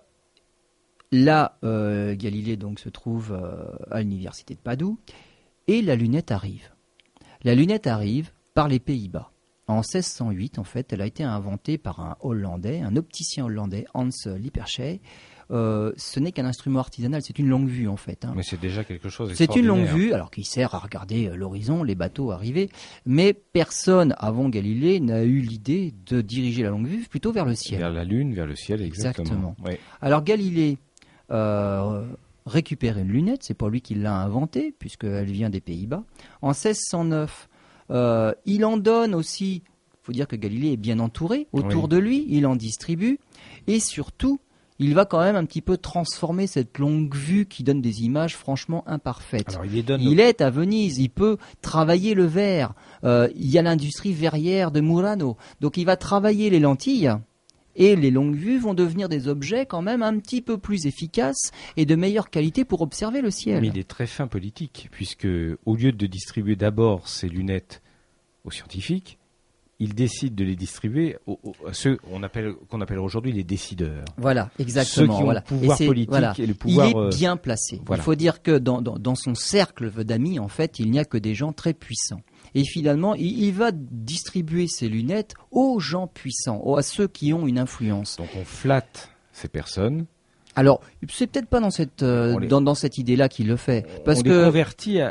là, euh, Galilée donc se trouve euh, à l'université de Padoue, et la lunette arrive. La lunette arrive par les Pays-Bas. En seize cent huit, en fait, elle a été inventée par un Hollandais, un opticien hollandais, Hans Lippershey. Euh, ce n'est qu'un instrument artisanal, c'est une longue vue en fait, hein. Mais c'est déjà quelque chose C'est une longue d'extraordinaire. vue, alors qui sert à regarder euh, l'horizon, les bateaux arriver, mais personne avant Galilée n'a eu l'idée de diriger la longue vue plutôt vers le ciel. Vers la Lune, vers le ciel, exactement. Exactement. Oui. Alors Galilée euh, récupère une lunette, c'est pas lui qui l'a inventée, puisqu'elle vient des Pays-Bas. En seize cent neuf, euh, il en donne aussi, il faut dire que Galilée est bien entouré autour Oui. de lui, il en distribue, et surtout, il va quand même un petit peu transformer cette longue vue qui donne des images franchement imparfaites. Alors il les donne... Il est à Venise, il peut travailler le verre. Euh, il y a l'industrie verrière de Murano. Donc il va travailler les lentilles, et les longues vues vont devenir des objets quand même un petit peu plus efficaces et de meilleure qualité pour observer le ciel. Mais il est très fin politique, puisque au lieu de distribuer d'abord ses lunettes aux scientifiques, il décide de les distribuer aux, aux- à ceux qu'on appelle, qu'on appelle aujourd'hui les décideurs. Voilà, Ceux exactement. qui ont voilà. le pouvoir Et c'est- politique voilà. et le pouvoir... Il est euh, bien placé. voilà. Il faut dire que dans, dans, dans son cercle d'amis, en fait, il n'y a que des gens très puissants. Et finalement, il, il va distribuer ses lunettes aux gens puissants, aux- à ceux qui ont une influence. Donc on flatte ces personnes, Alors, c'est peut-être pas dans cette, euh, On les- dans, dans cette idée-là qu'il le fait. Parce on les que convertit à,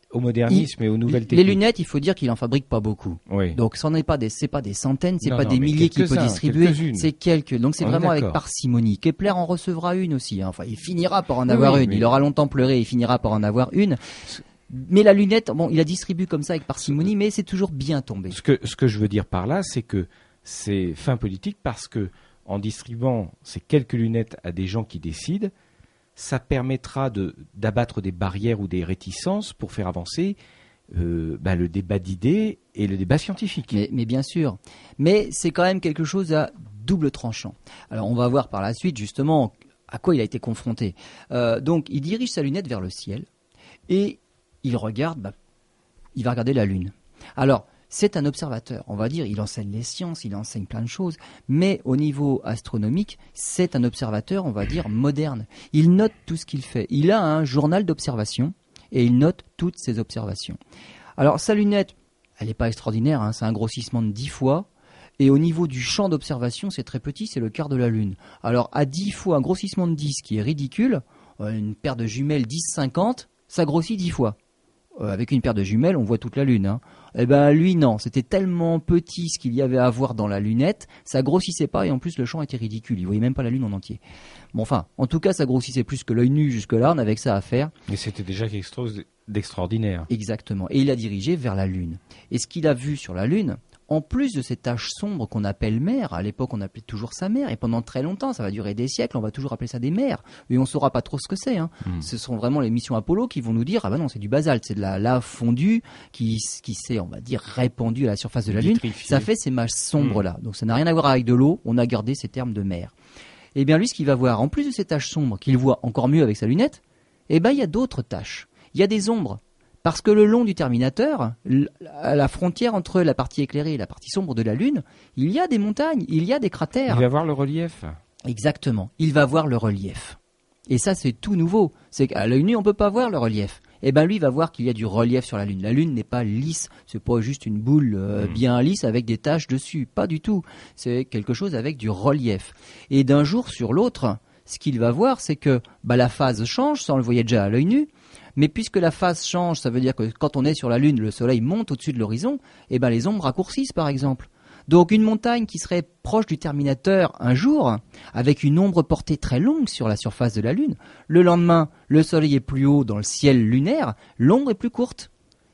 au modernisme il, et aux nouvelles les techniques. Les lunettes, il faut dire qu'il en fabrique pas beaucoup. Oui. Donc, ce n'est pas des, c'est pas des centaines, c'est non, pas non, des milliers qu'il peut distribuer, c'est quelques. Donc, c'est On vraiment avec parcimonie. Kepler en recevra une aussi. Hein. Enfin, il finira par en oui, avoir oui, une. Mais... Il aura longtemps pleuré, il finira par en avoir une. Mais la lunette, bon, il la distribue comme ça avec parcimonie, mais c'est toujours bien tombé. Ce que, ce que je veux dire par là, c'est que c'est fin politique parce que en distribuant ces quelques lunettes à des gens qui décident, ça permettra de, d'abattre des barrières ou des réticences pour faire avancer euh, bah, le débat d'idées et le débat scientifique. Mais, mais bien sûr. Mais c'est quand même quelque chose à double tranchant. Alors on va voir par la suite justement à quoi il a été confronté. Euh, donc il dirige sa lunette vers le ciel et il regarde, bah, il va regarder la Lune. Alors c'est un observateur, on va dire, il enseigne les sciences, il enseigne plein de choses, mais au niveau astronomique, c'est un observateur, on va dire, moderne. Il note tout ce qu'il fait. Il a un journal d'observation et il note toutes ses observations. Alors sa lunette, elle n'est pas extraordinaire, hein, c'est un grossissement de dix fois, et au niveau du champ d'observation, c'est très petit, c'est le quart de la Lune. Alors à dix fois, un grossissement de dix, qui est ridicule, une paire de jumelles dix cinquante, ça grossit dix fois. Euh, avec une paire de jumelles, on voit toute la Lune. Hein. Eh ben lui non, c'était tellement petit ce qu'il y avait à voir dans la lunette, ça grossissait pas et en plus le champ était ridicule, il voyait même pas la Lune en entier. Bon enfin, en tout cas ça grossissait plus que l'œil nu jusque-là, on avait que ça à faire. Mais c'était déjà quelque chose d'extraordinaire. Exactement, et il a dirigé vers la Lune. Et ce qu'il a vu sur la Lune, en plus de ces taches sombres qu'on appelle mers, à l'époque on appelait toujours ça mer, et pendant très longtemps, ça va durer des siècles, on va toujours appeler ça des mers, et on ne saura pas trop ce que c'est. Hein. Mm. Ce sont vraiment les missions Apollo qui vont nous dire, ah ben non, c'est du basalte, c'est de la lave fondue qui, qui s'est, on va dire, répandue à la surface de la Lune. Ça fait ces masses sombres-là. Mm. Donc ça n'a rien à voir avec de l'eau, on a gardé ces termes de mer. Et bien lui, ce qu'il va voir, en plus de ces taches sombres, qu'il voit encore mieux avec sa lunette, eh ben il y a d'autres taches. Il y a des ombres. Parce que le long du terminateur, à la frontière entre la partie éclairée et la partie sombre de la Lune, il y a des montagnes, il y a des cratères. Il va voir le relief. Exactement, il va voir le relief. Et ça, c'est tout nouveau. C'est qu'à l'œil nu, on ne peut pas voir le relief. Et bien lui, il va voir qu'il y a du relief sur la Lune. La Lune n'est pas lisse, c'est pas juste une boule euh, mmh. bien lisse avec des taches dessus. Pas du tout. C'est quelque chose avec du relief. Et d'un jour sur l'autre, ce qu'il va voir, c'est que bah, la phase change, ça on le voyait déjà à l'œil nu. Mais puisque la phase change, ça veut dire que quand on est sur la Lune, le Soleil monte au-dessus de l'horizon, et ben les ombres raccourcissent par exemple. Donc une montagne qui serait proche du terminateur un jour, avec une ombre portée très longue sur la surface de la Lune, le lendemain, le Soleil est plus haut dans le ciel lunaire, l'ombre est plus courte.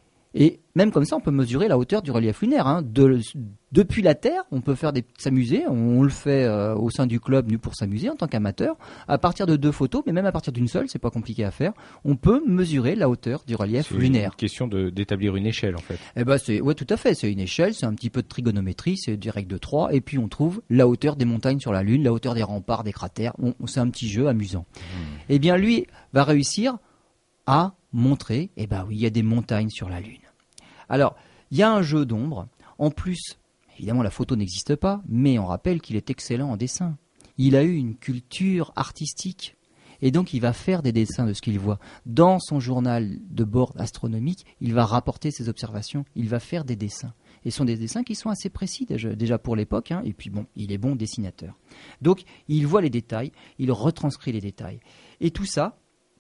Et même comme ça, on peut mesurer la hauteur du relief lunaire. Hein. De, depuis la Terre, on peut faire des, s'amuser. On, on le fait euh, au sein du club, nous, pour s'amuser en tant qu'amateur. À partir de deux photos, mais même à partir d'une seule, c'est pas compliqué à faire. On peut mesurer la hauteur du relief c'est lunaire. C'est une question de, d'établir une échelle, en fait. Eh ben, c'est, ouais, tout à fait. C'est une échelle, c'est un petit peu de trigonométrie, c'est des règles de trois. Et puis, on trouve la hauteur des montagnes sur la Lune, la hauteur des remparts, des cratères. On, c'est un petit jeu amusant. Mmh. Eh bien, lui va réussir à montrer, eh ben oui, il y a des montagnes sur la Lune. Alors, il y a un jeu d'ombre. En plus, évidemment, la photo n'existe pas, mais on rappelle qu'il est excellent en dessin. Il a eu une culture artistique. Et donc, il va faire des dessins de ce qu'il voit. Dans son journal de bord astronomique, il va rapporter ses observations. Il va faire des dessins. Et ce sont des dessins qui sont assez précis, déjà, déjà pour l'époque. Hein. Et puis, bon, il est bon dessinateur. Donc, il voit les détails. Il retranscrit les détails. Et tout ça,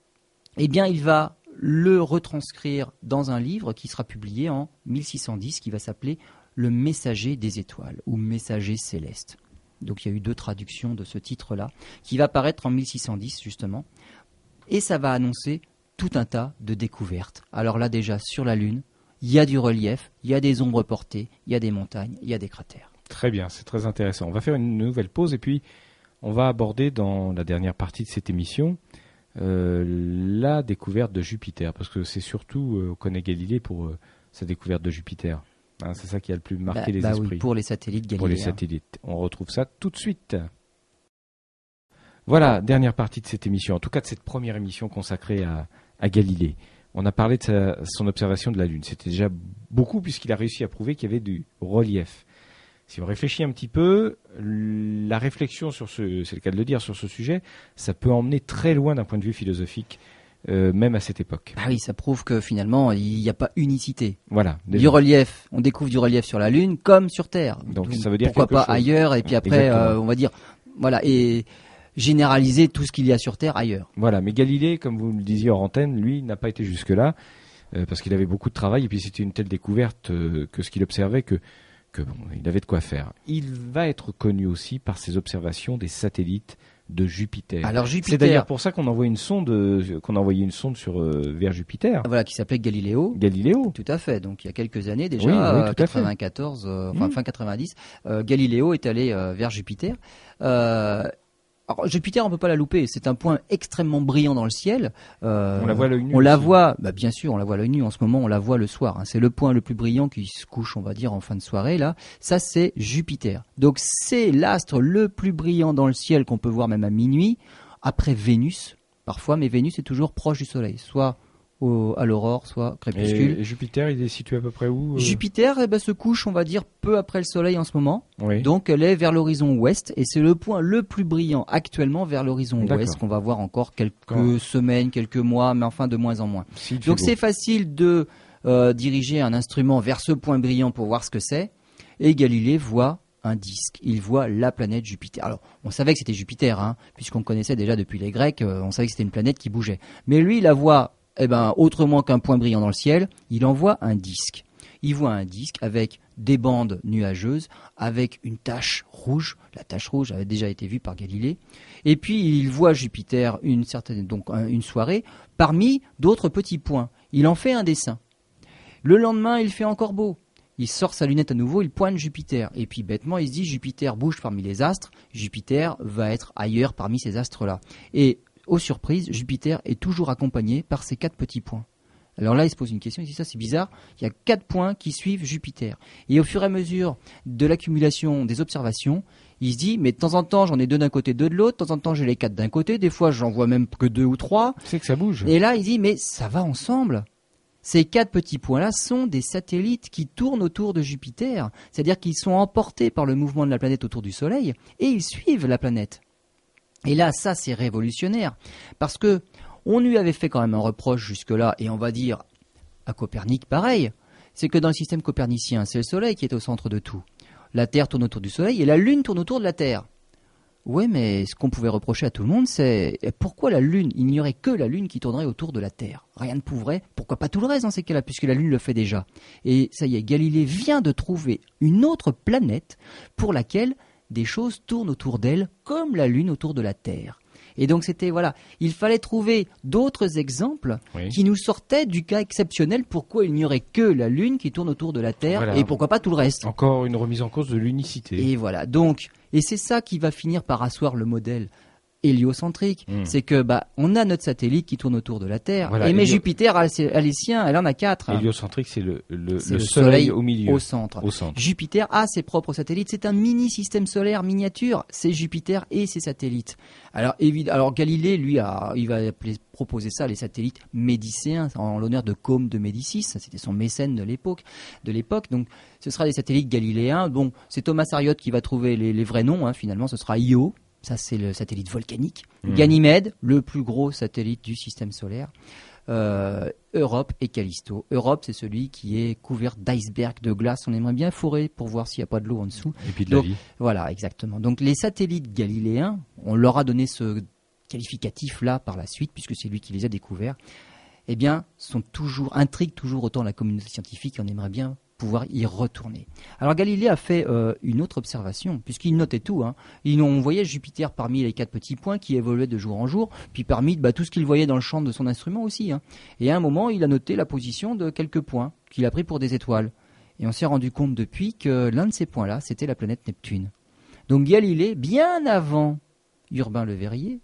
eh bien, il va le retranscrire dans un livre qui sera publié en mille six cent dix, qui va s'appeler « Le messager des étoiles » ou « Messager céleste ». Donc il y a eu deux traductions de ce titre-là, qui va paraître en mille six cent dix justement, et ça va annoncer tout un tas de découvertes. Alors là déjà, sur la Lune, il y a du relief, il y a des ombres portées, il y a des montagnes, il y a des cratères. Très bien, c'est très intéressant. On va faire une nouvelle pause et puis on va aborder dans la dernière partie de cette émission Euh, la découverte de Jupiter, parce que c'est surtout, euh, on connaît Galilée pour euh, sa découverte de Jupiter. Hein, c'est ça qui a le plus marqué bah, les bah esprits. Oui, pour les satellites Galilée. Pour les satellites. On retrouve ça tout de suite. Voilà, dernière partie de cette émission, en tout cas de cette première émission consacrée à, à Galilée. On a parlé de sa, son observation de la Lune. C'était déjà beaucoup puisqu'il a réussi à prouver qu'il y avait du relief. Si on réfléchit un petit peu, la réflexion sur ce, c'est le cas de le dire, sur ce sujet, ça peut emmener très loin d'un point de vue philosophique, euh, même à cette époque. Ah oui, ça prouve que finalement, il n'y a pas unicité. Voilà. Déjà. Du relief, on découvre du relief sur la Lune comme sur Terre. Donc, Donc ça veut dire pourquoi pas chose. ailleurs, et puis après, euh, on va dire, voilà, et généraliser tout ce qu'il y a sur Terre ailleurs. Voilà, mais Galilée, comme vous le disiez hors antenne, lui, n'a pas été jusque-là. euh, parce qu'il avait beaucoup de travail et puis c'était une telle découverte euh, que ce qu'il observait que que bon, il avait de quoi faire. Il va être connu aussi par ses observations des satellites de Jupiter. Alors Jupiter, c'est d'ailleurs pour ça qu'on envoie une sonde, euh, qu'on a envoyé une sonde sur euh, vers Jupiter. Voilà, qui s'appelait Galiléo. Galiléo. Tout à fait. Donc il y a quelques années déjà, Oui, oui, tout à quatre-vingt-quatorze, euh, enfin mmh. fin quatre-vingt-dix, euh, Galiléo est allé euh, vers Jupiter. Euh, Alors Jupiter, on peut pas la louper. C'est un point extrêmement brillant dans le ciel. Euh, on la voit à l'œil nu. On aussi. la voit, bah bien sûr, on la voit à l'œil nu. En ce moment, on la voit le soir. Hein. C'est le point le plus brillant qui se couche, on va dire, en fin de soirée. Là, ça c'est Jupiter. Donc c'est l'astre le plus brillant dans le ciel qu'on peut voir même à minuit, après Vénus parfois, mais Vénus est toujours proche du Soleil, soit Au, à l'aurore, soit crépuscule. Et, et Jupiter, il est situé à peu près où euh... Jupiter eh ben, se couche, on va dire, peu après le Soleil en ce moment. Oui. Donc elle est vers l'horizon ouest et c'est le point le plus brillant actuellement vers l'horizon D'accord. ouest qu'on va voir encore quelques Quand... semaines, quelques mois, mais enfin de moins en moins. Si, Donc c'est facile de euh, diriger un instrument vers ce point brillant pour voir ce que c'est. Et Galilée voit un disque, il voit la planète Jupiter. Alors, on savait que c'était Jupiter, hein, puisqu'on connaissait déjà depuis les Grecs, euh, on savait que c'était une planète qui bougeait. Mais lui, il la voit Eh ben, autrement qu'un point brillant dans le ciel, il envoie un disque. Il voit un disque avec des bandes nuageuses, avec une tache rouge. La tache rouge avait déjà été vue par Galilée. Et puis, il voit Jupiter une certaine, donc une soirée, parmi d'autres petits points. Il en fait un dessin. Le lendemain, il fait encore beau. Il sort sa lunette à nouveau, il pointe Jupiter. Et puis, bêtement, il se dit, Jupiter bouge parmi les astres. Jupiter va être ailleurs parmi ces astres-là. Et aux surprises, Jupiter est toujours accompagné par ces quatre petits points. Alors là, il se pose une question, il dit ça c'est bizarre, il y a quatre points qui suivent Jupiter. Et au fur et à mesure de l'accumulation des observations, il se dit, mais de temps en temps j'en ai deux d'un côté, deux de l'autre, de temps en temps j'ai les quatre d'un côté, des fois j'en vois même que deux ou trois. C'est que ça bouge. Et là, il dit, mais ça va ensemble. Ces quatre petits points-là sont des satellites qui tournent autour de Jupiter, c'est-à-dire qu'ils sont emportés par le mouvement de la planète autour du Soleil et ils suivent la planète. Et là, ça, c'est révolutionnaire, parce que on lui avait fait quand même un reproche jusque-là, et on va dire à Copernic pareil, c'est que dans le système copernicien, c'est le Soleil qui est au centre de tout. La Terre tourne autour du Soleil et la Lune tourne autour de la Terre. Oui, mais ce qu'on pouvait reprocher à tout le monde, c'est pourquoi la Lune, il n'y aurait que la Lune qui tournerait autour de la Terre. Rien ne prouverait, pourquoi pas tout le reste dans ces cas-là, puisque la Lune le fait déjà. Et ça y est, Galilée vient de trouver une autre planète pour laquelle des choses tournent autour d'elle comme la Lune autour de la Terre. Et donc c'était, voilà, il fallait trouver d'autres exemples oui. qui nous sortaient du cas exceptionnel, pourquoi il n'y aurait que la Lune qui tourne autour de la Terre voilà. et pourquoi pas tout le reste. Encore une remise en cause de l'unicité. Et voilà, donc, et c'est ça qui va finir par asseoir le modèle héliocentrique, mmh. c'est que bah on a notre satellite qui tourne autour de la Terre, voilà, et mais hélio... Jupiter a, a les siens, elle en a quatre. Héliocentrique, c'est le, le, c'est le, le soleil, soleil au milieu, au centre. au centre. Jupiter a ses propres satellites, c'est un mini système solaire miniature, c'est Jupiter et ses satellites. Alors évidemment, alors Galilée lui a, il va appeler, proposer ça les satellites médicéens en l'honneur de Côme de Médicis, ça c'était son mécène de l'époque, de l'époque. Donc ce sera des satellites galiléens. Bon, c'est Thomas Harriot qui va trouver les, les vrais noms. Hein, finalement, ce sera Io. Ça, c'est le satellite volcanique. Mmh. Ganymède, le plus gros satellite du système solaire. Euh, Europe et Callisto. Europe, c'est celui qui est couvert d'icebergs de glace. On aimerait bien forer pour voir s'il n'y a pas de l'eau en dessous. Et puis de Donc, la vie. Voilà, exactement. Donc, les satellites galiléens, on leur a donné ce qualificatif-là par la suite, puisque c'est lui qui les a découverts, eh bien, sont toujours, intriguent toujours autant la communauté scientifique et on aimerait bien pouvoir y retourner. Alors Galilée a fait euh, une autre observation, puisqu'il notait tout. Hein. Il, on voyait Jupiter parmi les quatre petits points qui évoluaient de jour en jour, puis parmi bah, tout ce qu'il voyait dans le champ de son instrument aussi. Hein. Et à un moment, il a noté la position de quelques points qu'il a pris pour des étoiles. Et on s'est rendu compte depuis que l'un de ces points-là, c'était la planète Neptune. Donc Galilée, bien avant Urbain Le Verrier,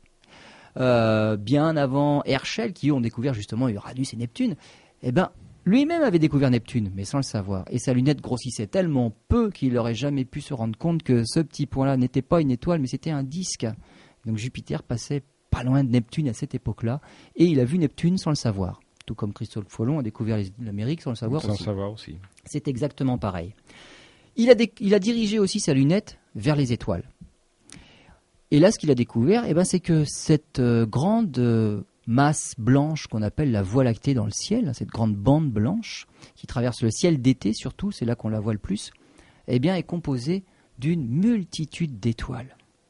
euh, bien avant Herschel, qui ont découvert justement Uranus et Neptune, eh ben lui-même avait découvert Neptune, mais sans le savoir. Et sa lunette grossissait tellement peu qu'il n'aurait jamais pu se rendre compte que ce petit point-là n'était pas une étoile, mais c'était un disque. Donc Jupiter passait pas loin de Neptune à cette époque-là, et il a vu Neptune sans le savoir. Tout comme Christophe Colomb a découvert l'Amérique sans le savoir sans aussi. Sans savoir aussi. C'est exactement pareil. Il a, dé- il a dirigé aussi sa lunette vers les étoiles. Et là, ce qu'il a découvert, eh ben, c'est que cette euh, grande... Euh, masse blanche qu'on appelle la Voie lactée dans le ciel, cette grande bande blanche qui traverse le ciel d'été surtout, c'est là qu'on la voit le plus, eh bien est composée d'une multitude d'étoiles.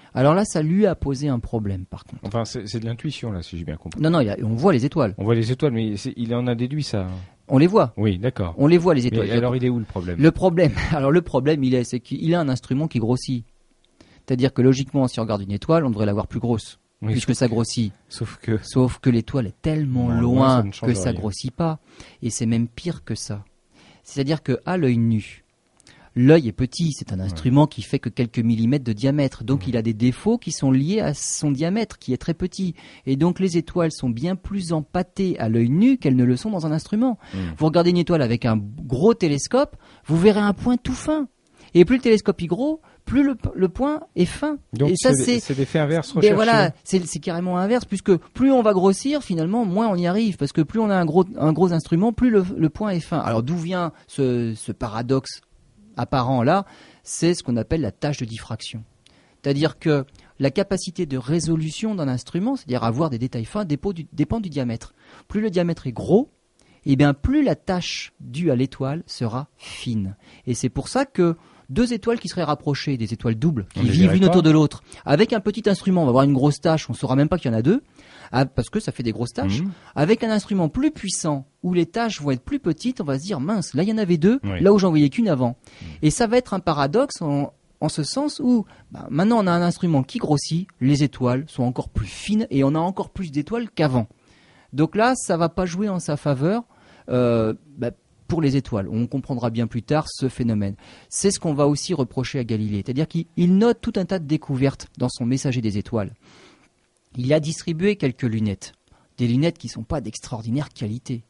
Alors là, ça lui a posé un problème, par contre. Enfin, c'est, c'est de l'intuition, là, si j'ai bien compris. Non, non, il y a, on voit les étoiles. On voit les étoiles, mais c'est, il en a déduit ça. On les voit. Oui, d'accord. On les voit, les étoiles. Mais alors, il est où le problème? Le problème, alors le problème, il est, c'est qu'il a un instrument qui grossit. C'est-à-dire que logiquement, si on regarde une étoile, on devrait la voir plus grosse, Oui, puisque ça grossit. Sauf que... Sauf que l'étoile est tellement Non, loin, loin, ça ne change que ça rien. grossit pas. Et c'est même pire que ça. C'est-à-dire que à l'œil nu, l'œil est petit, c'est un instrument qui fait que quelques millimètres de diamètre. Donc Ouais. il a des défauts qui sont liés à son diamètre, qui est très petit. Et donc les étoiles sont bien plus empâtées à l'œil nu qu'elles ne le sont dans un instrument. Mm. Vous regardez une étoile avec un gros télescope, vous verrez un point tout fin. Et plus le télescope est gros, plus le, le point est fin. Donc, et ça, c'est, c'est, c'est l'effet inverse mais recherché. voilà, c'est, c'est carrément inverse, puisque plus on va grossir, finalement, moins on y arrive, parce que plus on a un gros, un gros instrument, plus le, le point est fin. Alors d'où vient ce, ce paradoxe apparent là? C'est ce qu'on appelle la tâche de diffraction. C'est-à-dire que la capacité de résolution d'un instrument, c'est-à-dire avoir des détails fins, dépend du, dépend du diamètre. Plus le diamètre est gros, et bien plus la tâche due à l'étoile sera fine. Et c'est pour ça que deux étoiles qui seraient rapprochées, des étoiles doubles, On qui les vivent verrait l'une pas. autour de l'autre, avec un petit instrument, on va avoir une grosse tâche, on saura même pas qu'il y en a deux, ah, parce que ça fait des grosses tâches. Mhm. Avec un instrument plus puissant, où les tâches vont être plus petites, on va se dire, mince, là il y en avait deux, Oui. là où j'en voyais qu'une avant. Et ça va être un paradoxe en, en ce sens où, bah, maintenant on a un instrument qui grossit, les étoiles sont encore plus fines, et on a encore plus d'étoiles qu'avant. Donc là, ça va pas jouer en sa faveur, euh, bah, pour les étoiles. On comprendra bien plus tard ce phénomène. C'est ce qu'on va aussi reprocher à Galilée. C'est-à-dire qu'il il note tout un tas de découvertes dans son Messager des étoiles. Il a distribué quelques lunettes. Des lunettes qui ne sont pas d'extraordinaire qualité.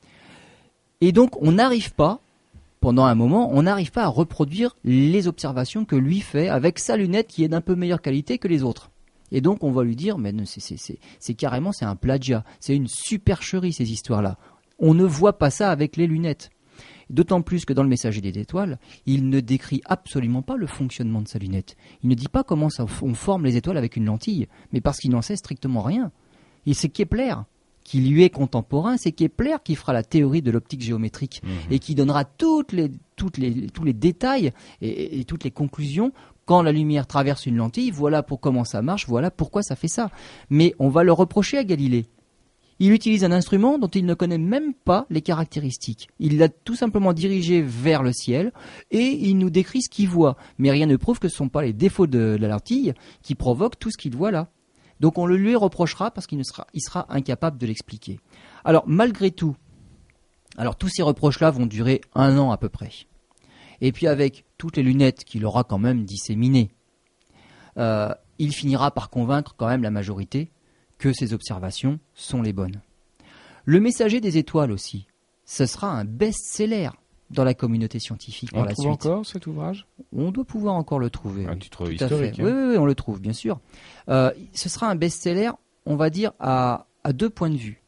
Et donc, on n'arrive pas, pendant un moment, on n'arrive pas à reproduire les observations que lui fait avec sa lunette qui est d'un peu meilleure qualité que les autres. Et donc, on va lui dire, mais non, c'est, c'est, c'est, c'est carrément, c'est un plagiat. C'est une supercherie, ces histoires-là. On ne voit pas ça avec les lunettes. D'autant plus que dans le Messager des étoiles, il ne décrit absolument pas le fonctionnement de sa lunette. Il ne dit pas comment ça, on forme les étoiles avec une lentille, mais parce qu'il n'en sait strictement rien. Et c'est Kepler qui lui est contemporain, c'est Kepler qui fera la théorie de l'optique géométrique Mhm. et qui donnera toutes les, toutes les, tous les détails et, et toutes les conclusions. Quand la lumière traverse une lentille, voilà pour comment ça marche, voilà pourquoi ça fait ça. Mais on va le reprocher à Galilée. Il utilise un instrument dont il ne connaît même pas les caractéristiques. Il l'a tout simplement dirigé vers le ciel et il nous décrit ce qu'il voit. Mais rien ne prouve que ce ne sont pas les défauts de la lentille qui provoquent tout ce qu'il voit là. Donc on le lui reprochera parce qu'il ne sera, il sera incapable de l'expliquer. Alors malgré tout, alors tous ces reproches-là vont durer un an à peu près. Et puis avec toutes les lunettes qu'il aura quand même disséminées, euh, il finira par convaincre quand même la majorité que ses observations sont les bonnes. Le Messager des étoiles aussi, ce sera un best-seller dans la communauté scientifique On par le la trouve suite. encore cet ouvrage? On doit pouvoir encore le trouver. Un oui. titre Tout à historique. fait. hein. Oui, oui, oui, on le trouve, bien sûr. Euh, ce sera un best-seller, on va dire, à, à deux points de vue.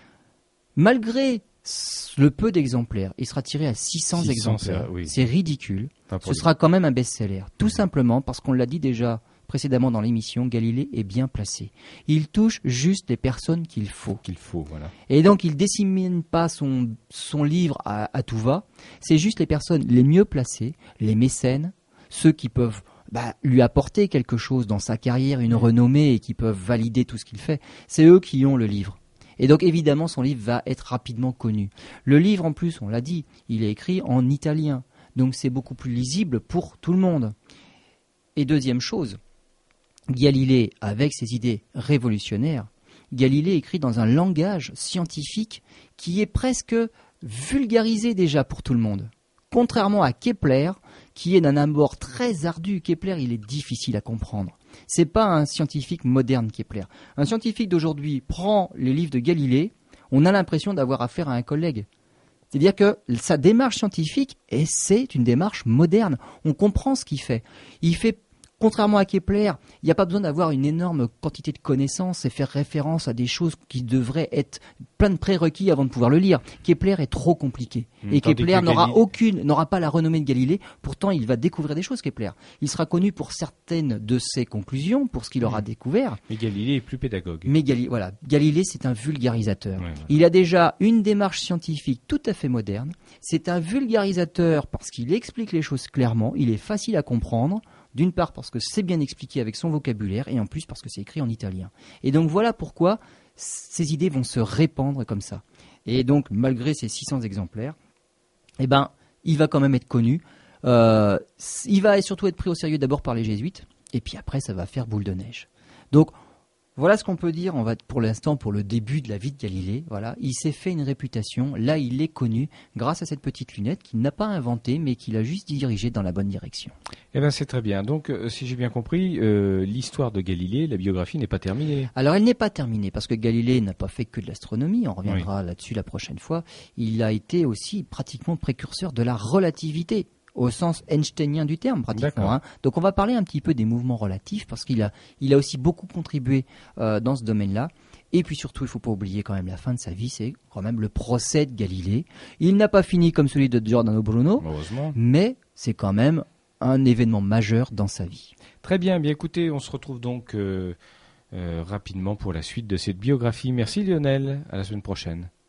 Malgré le peu d'exemplaires, il sera tiré à six cents, six cents, exemplaires. c'est- oui. C'est ridicule. Pas pour Ce lui. sera quand même un best-seller. Tout simplement parce qu'on l'a dit déjà précédemment dans l'émission, Galilée est bien placé. Il touche juste les personnes qu'il faut. Qu'il faut, voilà. Et donc, il dissémine pas son, son livre à, à tout va. C'est juste les personnes les mieux placées, les mécènes, ceux qui peuvent bah, lui apporter quelque chose dans sa carrière, une renommée et qui peuvent valider tout ce qu'il fait. C'est eux qui ont le livre. Et donc, évidemment, son livre va être rapidement connu. Le livre, en plus, on l'a dit, il est écrit en italien. Donc, c'est beaucoup plus lisible pour tout le monde. Et deuxième chose, Galilée, avec ses idées révolutionnaires, Galilée écrit dans un langage scientifique qui est presque vulgarisé déjà pour tout le monde. Contrairement à Kepler, qui est d'un abord très ardu. Kepler, il est difficile à comprendre. C'est pas un scientifique moderne, Kepler. Un scientifique d'aujourd'hui prend les livres de Galilée, on a l'impression d'avoir affaire à un collègue. C'est-à-dire que sa démarche scientifique, et c'est une démarche moderne. On comprend ce qu'il fait. Il fait Contrairement à Kepler, il n'y a pas besoin d'avoir une énorme quantité de connaissances et faire référence à des choses qui devraient être plein de prérequis avant de pouvoir le lire. Kepler est trop compliqué. Mmh, et tandis Kepler que n'aura Galilée- aucune, n'aura pas la renommée de Galilée. Pourtant, il va découvrir des choses, Kepler. Il sera connu pour certaines de ses conclusions, pour ce qu'il aura Mmh. découvert. Mais Galilée est plus pédagogue. Mais Gali- voilà, Galilée, c'est un vulgarisateur. Ouais, voilà. Il a déjà une démarche scientifique tout à fait moderne. C'est un vulgarisateur parce qu'il explique les choses clairement. Il est facile à comprendre. D'une part parce que c'est bien expliqué avec son vocabulaire et en plus parce que c'est écrit en italien. Et donc voilà pourquoi ces idées vont se répandre comme ça. Et donc malgré ces six cents exemplaires, eh ben, il va quand même être connu. Euh, il va surtout être pris au sérieux d'abord par les jésuites et puis après ça va faire boule de neige. Donc voilà ce qu'on peut dire on va, pour l'instant pour le début de la vie de Galilée. Voilà, il s'est fait une réputation, là il est connu grâce à cette petite lunette qu'il n'a pas inventée mais qu'il a juste dirigée dans la bonne direction. Eh ben c'est très bien. Donc euh, si j'ai bien compris, euh, l'histoire de Galilée, la biographie n'est pas terminée. Alors elle n'est pas terminée parce que Galilée n'a pas fait que de l'astronomie, on reviendra oui. là-dessus la prochaine fois. Il a été aussi pratiquement précurseur de la relativité. Au sens einsteinien du terme, pratiquement. Hein. Donc on va parler un petit peu des mouvements relatifs parce qu'il a, il a aussi beaucoup contribué euh, dans ce domaine-là. Et puis surtout, il ne faut pas oublier quand même la fin de sa vie, c'est quand même le procès de Galilée. Il n'a pas fini comme celui de Giordano Bruno, mais c'est quand même un événement majeur dans sa vie. Très bien, bien écoutez, on se retrouve donc euh, euh, rapidement pour la suite de cette biographie. Merci Lionel, à la semaine prochaine.